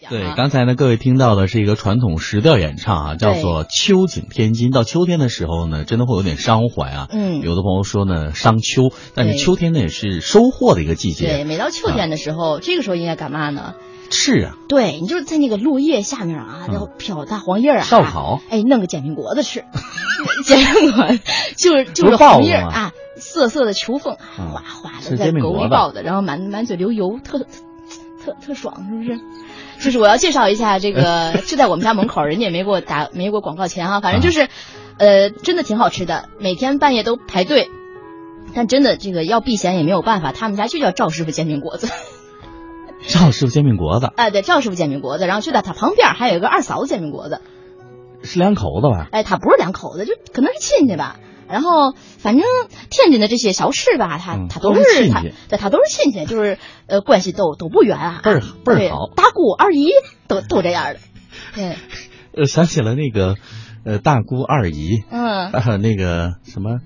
讲。 对，刚才呢，各位听到的是一个传统石调演唱啊，叫做《秋景天津》。到秋天的时候呢，真的会有点伤怀啊。有的朋友说呢，伤秋，但是秋天呢也是收获的一个季节。 对，每到秋天的时候，这个时候应该干嘛呢？ 是啊， 对，你就是在那个落叶下面啊，然后飘大黄叶啊， 烧烤， 哎，弄个煎饼果子吃，煎饼果子就是红叶啊，涩涩的秋风，哗哗的在沟里爆的，然后满嘴流油，特爽，是不是？就是我要介绍一下这个，就在我们家门口，人家也没给我广告钱哈，反正就是，真的挺好吃的，每天半夜都排队，但真的这个要避嫌也没有办法，他们家就叫赵师傅煎饼果子。 赵师傅煎饼果子， 哎，对，赵师傅煎饼果子，然后就在他旁边还有一个二嫂子煎饼果子， 是两口子吧？ 哎，他不是两口子，就可能是亲戚吧。然后反正天津的这些小吃吧，他都是亲戚，对，他都是亲戚，就是关系都不远啊， 倍儿好， 大姑二姨都这样的。对， 想起了那个大姑二姨，那个什么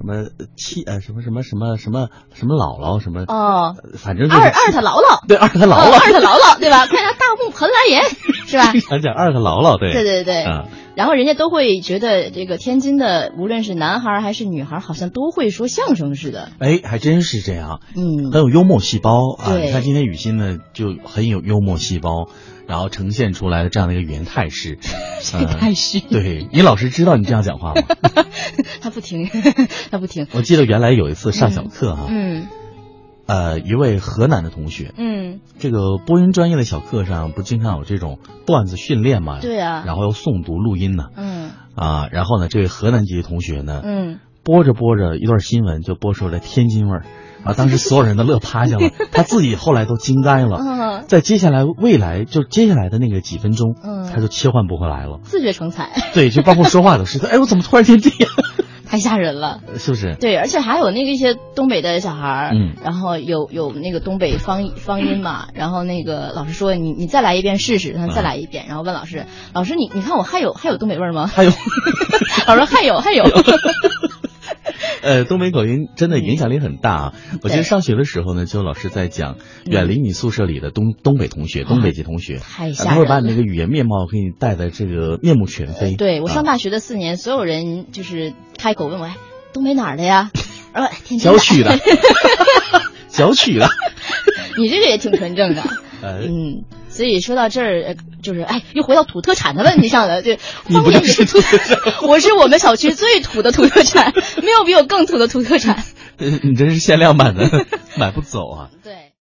姥姥什么反正就是二他姥姥， 对，二他姥姥， 对吧？看下大木盆来言是吧？ 想讲二他姥姥， 对，然后人家都会觉得这个天津的无论是男孩还是女孩，好像都会说相声似的。 哎，还真是这样，很有幽默细胞啊！你看今天雨欣呢就很有幽默细胞。然后呈现出来的这样的一个语言态势， 态势。 对，你老师知道你这样讲话吗？ 他不听。 我记得原来有一次上小课啊，一位河南的同学，这个播音专业的小课上不经常有这种段子训练嘛？ 对啊。 然后要诵读录音呢，然后呢，这位河南籍的同学呢，播着一段新闻就播出了天津味儿。当时所有人都乐趴下了，他自己后来都惊呆了。在接下来的那个几分钟，他就切换不回来了， 自学成才。 对，就包括说话都是，哎，我怎么突然间这样？ 太吓人了， 是不是？ 对，而且还有那个一些东北的小孩，然后有那个东北方音嘛，然后那个老师说你再来一遍试试，让他再来一遍，然后问老师你看我还有东北味吗？ 还有， 老师还有。 东北口音真的影响力很大啊！我记得上学的时候呢，就老师在讲远离你宿舍里的东北同学，东北籍同学， 太吓人了， 他会把你那个语言面貌给你带的这个面目全非。 对，我上大学的4年，所有人就是开口问我，东北哪儿的呀？天津郊区的，郊区的。 你这个也挺纯正的，所以说到这儿，就是又回到土特产的问题上了。对， 你不就是土特产？ 我是我们小区最土的土特产，没有比我更土的土特产。 你这是限量版的，买不走啊。 对。